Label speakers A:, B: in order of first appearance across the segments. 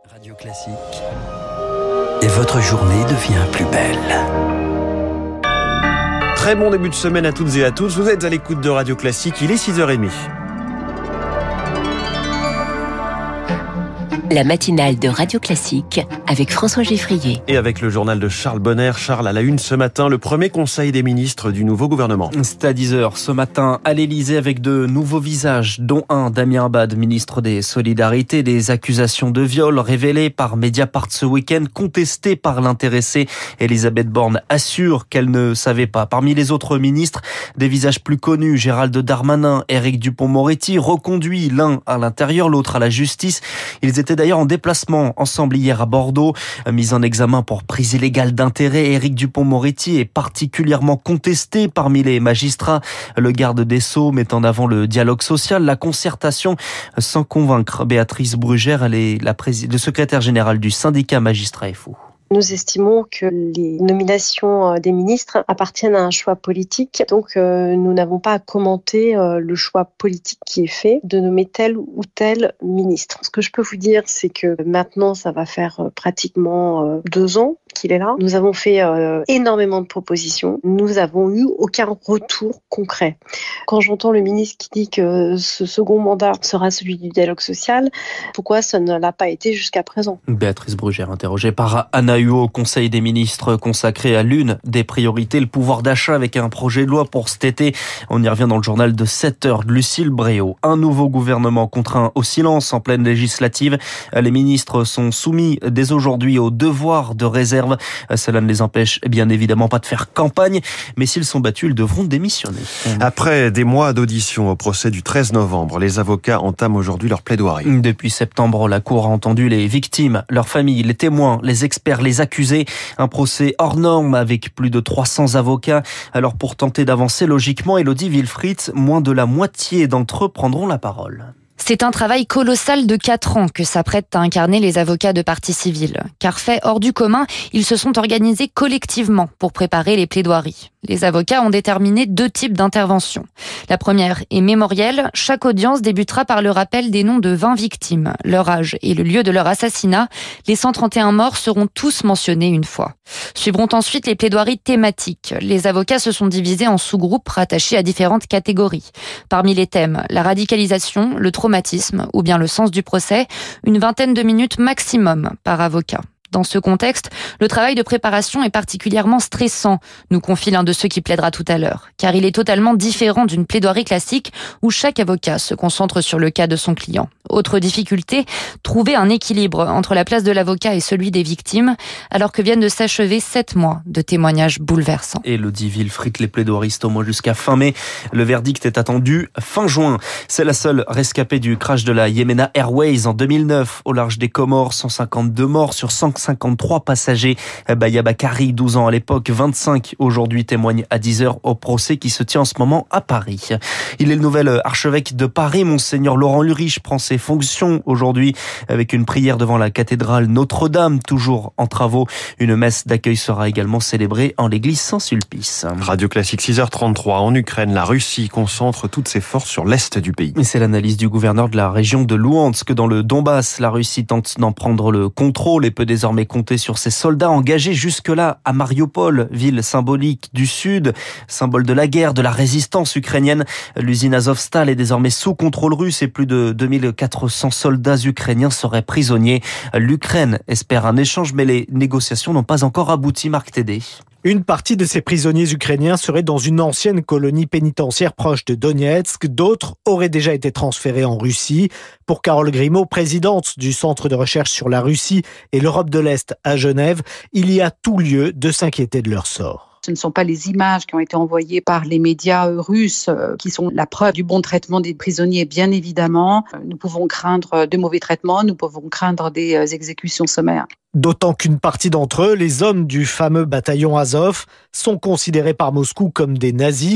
A: Radio Classique. Et votre journée devient plus belle.
B: Très bon début de semaine à toutes et à tous. Vous êtes à l'écoute de Radio Classique, il est 6h30.
C: La matinale de Radio Classique avec François Geffrier.
B: Et avec le journal de Charles Bonner. Charles, à la une ce matin, le premier conseil des ministres du nouveau gouvernement.
D: C'est à 10h ce matin à l'Élysée avec de nouveaux visages, dont un Damien Abad, ministre des Solidarités. Des accusations de viol révélées par Mediapart ce week-end, contestées par l'intéressée. Elisabeth Borne assure qu'elle ne savait pas. Parmi les autres ministres, des visages plus connus, Gérald Darmanin, Éric Dupond-Moretti, reconduits l'un à l'intérieur, l'autre à la justice. Ils étaient d'ailleurs en déplacement ensemble hier à Bordeaux. Mis en examen pour prise illégale d'intérêt, Éric Dupond-Moretti est particulièrement contesté parmi les magistrats. Le garde des Sceaux met en avant le dialogue social, la concertation, sans convaincre. Béatrice Brugère, elle est le secrétaire général du syndicat Magistrats FO.
E: Nous estimons que les nominations des ministres appartiennent à un choix politique. Donc, nous n'avons pas à commenter le choix politique qui est fait de nommer tel ou tel ministre. Ce que je peux vous dire, c'est que maintenant, ça va faire pratiquement 2 ans qu'il est là. Nous avons fait énormément de propositions. Nous avons eu aucun retour concret. Quand j'entends le ministre qui dit que ce second mandat sera celui du dialogue social, pourquoi ça ne l'a pas été jusqu'à présent ?
D: Béatrice Brugère, interrogée par Anna Huot au Conseil des ministres consacré à l'une des priorités, le pouvoir d'achat, avec un projet de loi pour cet été. On y revient dans le journal de 7h de Lucille Bréau. Un nouveau gouvernement contraint au silence en pleine législative. Les ministres sont soumis dès aujourd'hui au devoir de réserve. Cela ne les empêche bien évidemment pas de faire campagne, mais s'ils sont battus, ils devront démissionner.
B: Après des mois d'audition au procès du 13 novembre, les avocats entament aujourd'hui leur plaidoirie.
D: Depuis septembre, la Cour a entendu les victimes, leurs familles, les témoins, les experts, les accusés. Un procès hors norme avec plus de 300 avocats. Alors pour tenter d'avancer logiquement, Élodie Wilfried, moins de la moitié d'entre eux prendront la parole.
F: C'est un travail colossal de 4 ans que s'apprêtent à incarner les avocats de partie civile. Car fait hors du commun, ils se sont organisés collectivement pour préparer les plaidoiries. Les avocats ont déterminé 2 types d'interventions. La première est mémorielle. Chaque audience débutera par le rappel des noms de 20 victimes, leur âge et le lieu de leur assassinat. Les 131 morts seront tous mentionnés une fois. Suivront ensuite les plaidoiries thématiques. Les avocats se sont divisés en sous-groupes rattachés à différentes catégories. Parmi les thèmes, la radicalisation, le traumatisme ou bien le sens du procès, une 20aine de minutes maximum par avocat. Dans ce contexte, le travail de préparation est particulièrement stressant, nous confie l'un de ceux qui plaidera tout à l'heure, car il est totalement différent d'une plaidoirie classique où chaque avocat se concentre sur le cas de son client. Autre difficulté, trouver un équilibre entre la place de l'avocat et celui des victimes, alors que viennent de s'achever 7 mois de témoignages bouleversants.
D: Élodie Wilfried, les plaidoiristes au moins jusqu'à fin mai. Le verdict est attendu fin juin. C'est la seule rescapée du crash de la Yemena Airways en 2009 au large des Comores. 152 morts sur 153 passagers. Baya Bakari, 12 ans à l'époque, 25 aujourd'hui, témoigne à 10h au procès qui se tient en ce moment à Paris. Il est le nouvel archevêque de Paris. Monseigneur Laurent Lurich prend ses fonctions aujourd'hui avec une prière devant la cathédrale Notre-Dame, toujours en travaux. Une messe d'accueil sera également célébrée en l'église Saint-Sulpice.
B: Radio Classique 6h33. En Ukraine, la Russie concentre toutes ses forces sur l'est du pays.
D: Et c'est l'analyse du gouverneur de la région de Louhansk. Dans le Donbass, la Russie tente d'en prendre le contrôle et peut désormais compter sur ses soldats engagés jusque-là à Mariupol, ville symbolique du sud, symbole de la guerre, de la résistance ukrainienne. L'usine Azovstal est désormais sous contrôle russe et plus de 2400 soldats ukrainiens seraient prisonniers. L'Ukraine espère un échange, mais les négociations n'ont pas encore abouti. Marc Tédé.
G: Une partie de ces prisonniers ukrainiens serait dans une ancienne colonie pénitentiaire proche de Donetsk. D'autres auraient déjà été transférés en Russie. Pour Carole Grimaud, présidente du Centre de recherche sur la Russie et l'Europe de l'Est à Genève, il y a tout lieu de s'inquiéter de leur sort.
H: Ce ne sont pas les images qui ont été envoyées par les médias russes qui sont la preuve du bon traitement des prisonniers, bien évidemment. Nous pouvons craindre de mauvais traitements, nous pouvons craindre des exécutions sommaires.
G: D'autant qu'une partie d'entre eux, les hommes du fameux bataillon Azov, sont considérés par Moscou comme des nazis.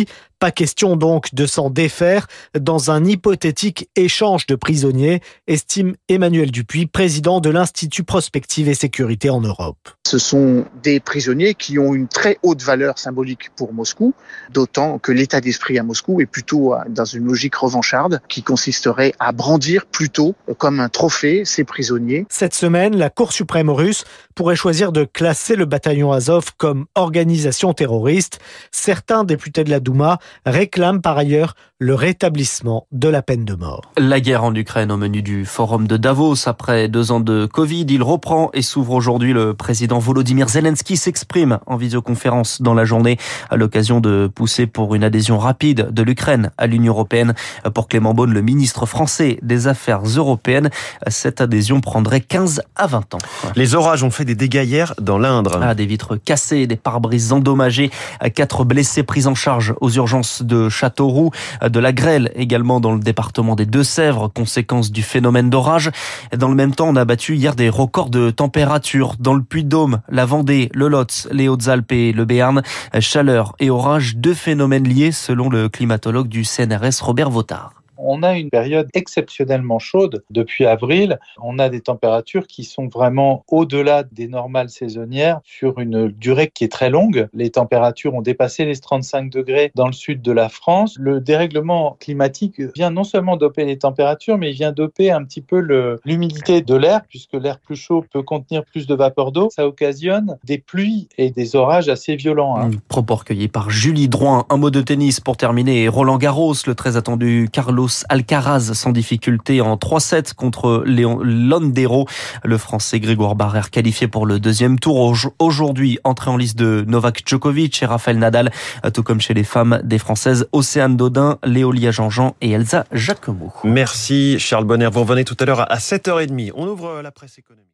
G: Pas question donc de s'en défaire dans un hypothétique échange de prisonniers, estime Emmanuel Dupuis, président de l'Institut Prospective et Sécurité en Europe.
I: Ce sont des prisonniers qui ont une très haute valeur symbolique pour Moscou, d'autant que l'état d'esprit à Moscou est plutôt dans une logique revancharde qui consisterait à brandir plutôt comme un trophée ces prisonniers.
G: Cette semaine, la Cour suprême russe pourrait choisir de classer le bataillon Azov comme organisation terroriste. Certains députés de la Douma réclament par ailleurs le rétablissement de la peine de mort.
D: La guerre en Ukraine au menu du forum de Davos. Après 2 ans de Covid, il reprend et s'ouvre aujourd'hui. Le président Volodymyr Zelensky s'exprime en visioconférence dans la journée à l'occasion de pousser pour une adhésion rapide de l'Ukraine à l'Union européenne. Pour Clément Beaune, le ministre français des Affaires européennes, cette adhésion prendrait 15 à 20 ans.
B: Les orages ont fait des dégâts hier dans l'Indre.
D: Des vitres cassées, des pare-brises endommagés, 4 blessés pris en charge aux urgences de Châteauroux, de la grêle également dans le département des Deux-Sèvres, conséquence du phénomène d'orage. Dans le même temps, on a battu hier des records de température dans le Puy-de-Dôme, la Vendée, le Lot, les Hautes-Alpes et le Béarn. Chaleur et orage, 2 phénomènes liés selon le climatologue du CNRS Robert Vautard.
J: On a une période exceptionnellement chaude depuis avril. On a des températures qui sont vraiment au-delà des normales saisonnières sur une durée qui est très longue. Les températures ont dépassé les 35 degrés dans le sud de la France. Le dérèglement climatique vient non seulement doper les températures, mais il vient doper un petit peu l'humidité de l'air, puisque l'air plus chaud peut contenir plus de vapeur d'eau. Ça occasionne des pluies et des orages assez violents.
D: Propos recueillis par Julie Drouin. Un mot de tennis pour terminer. Roland Garros, le très attendu Carlos Alcaraz sans difficulté en 3-7 contre Léon Londero. Le Français Grégoire Barrère qualifié pour le 2e tour. Aujourd'hui, entrée en liste de Novak Djokovic et Rafael Nadal, tout comme chez les femmes des Françaises Océane Dodin, Léolia Jean-Jean et Elsa Jacquemot.
B: Merci Charles Bonner. Vous revenez tout à l'heure à 7h30. On ouvre la presse économique.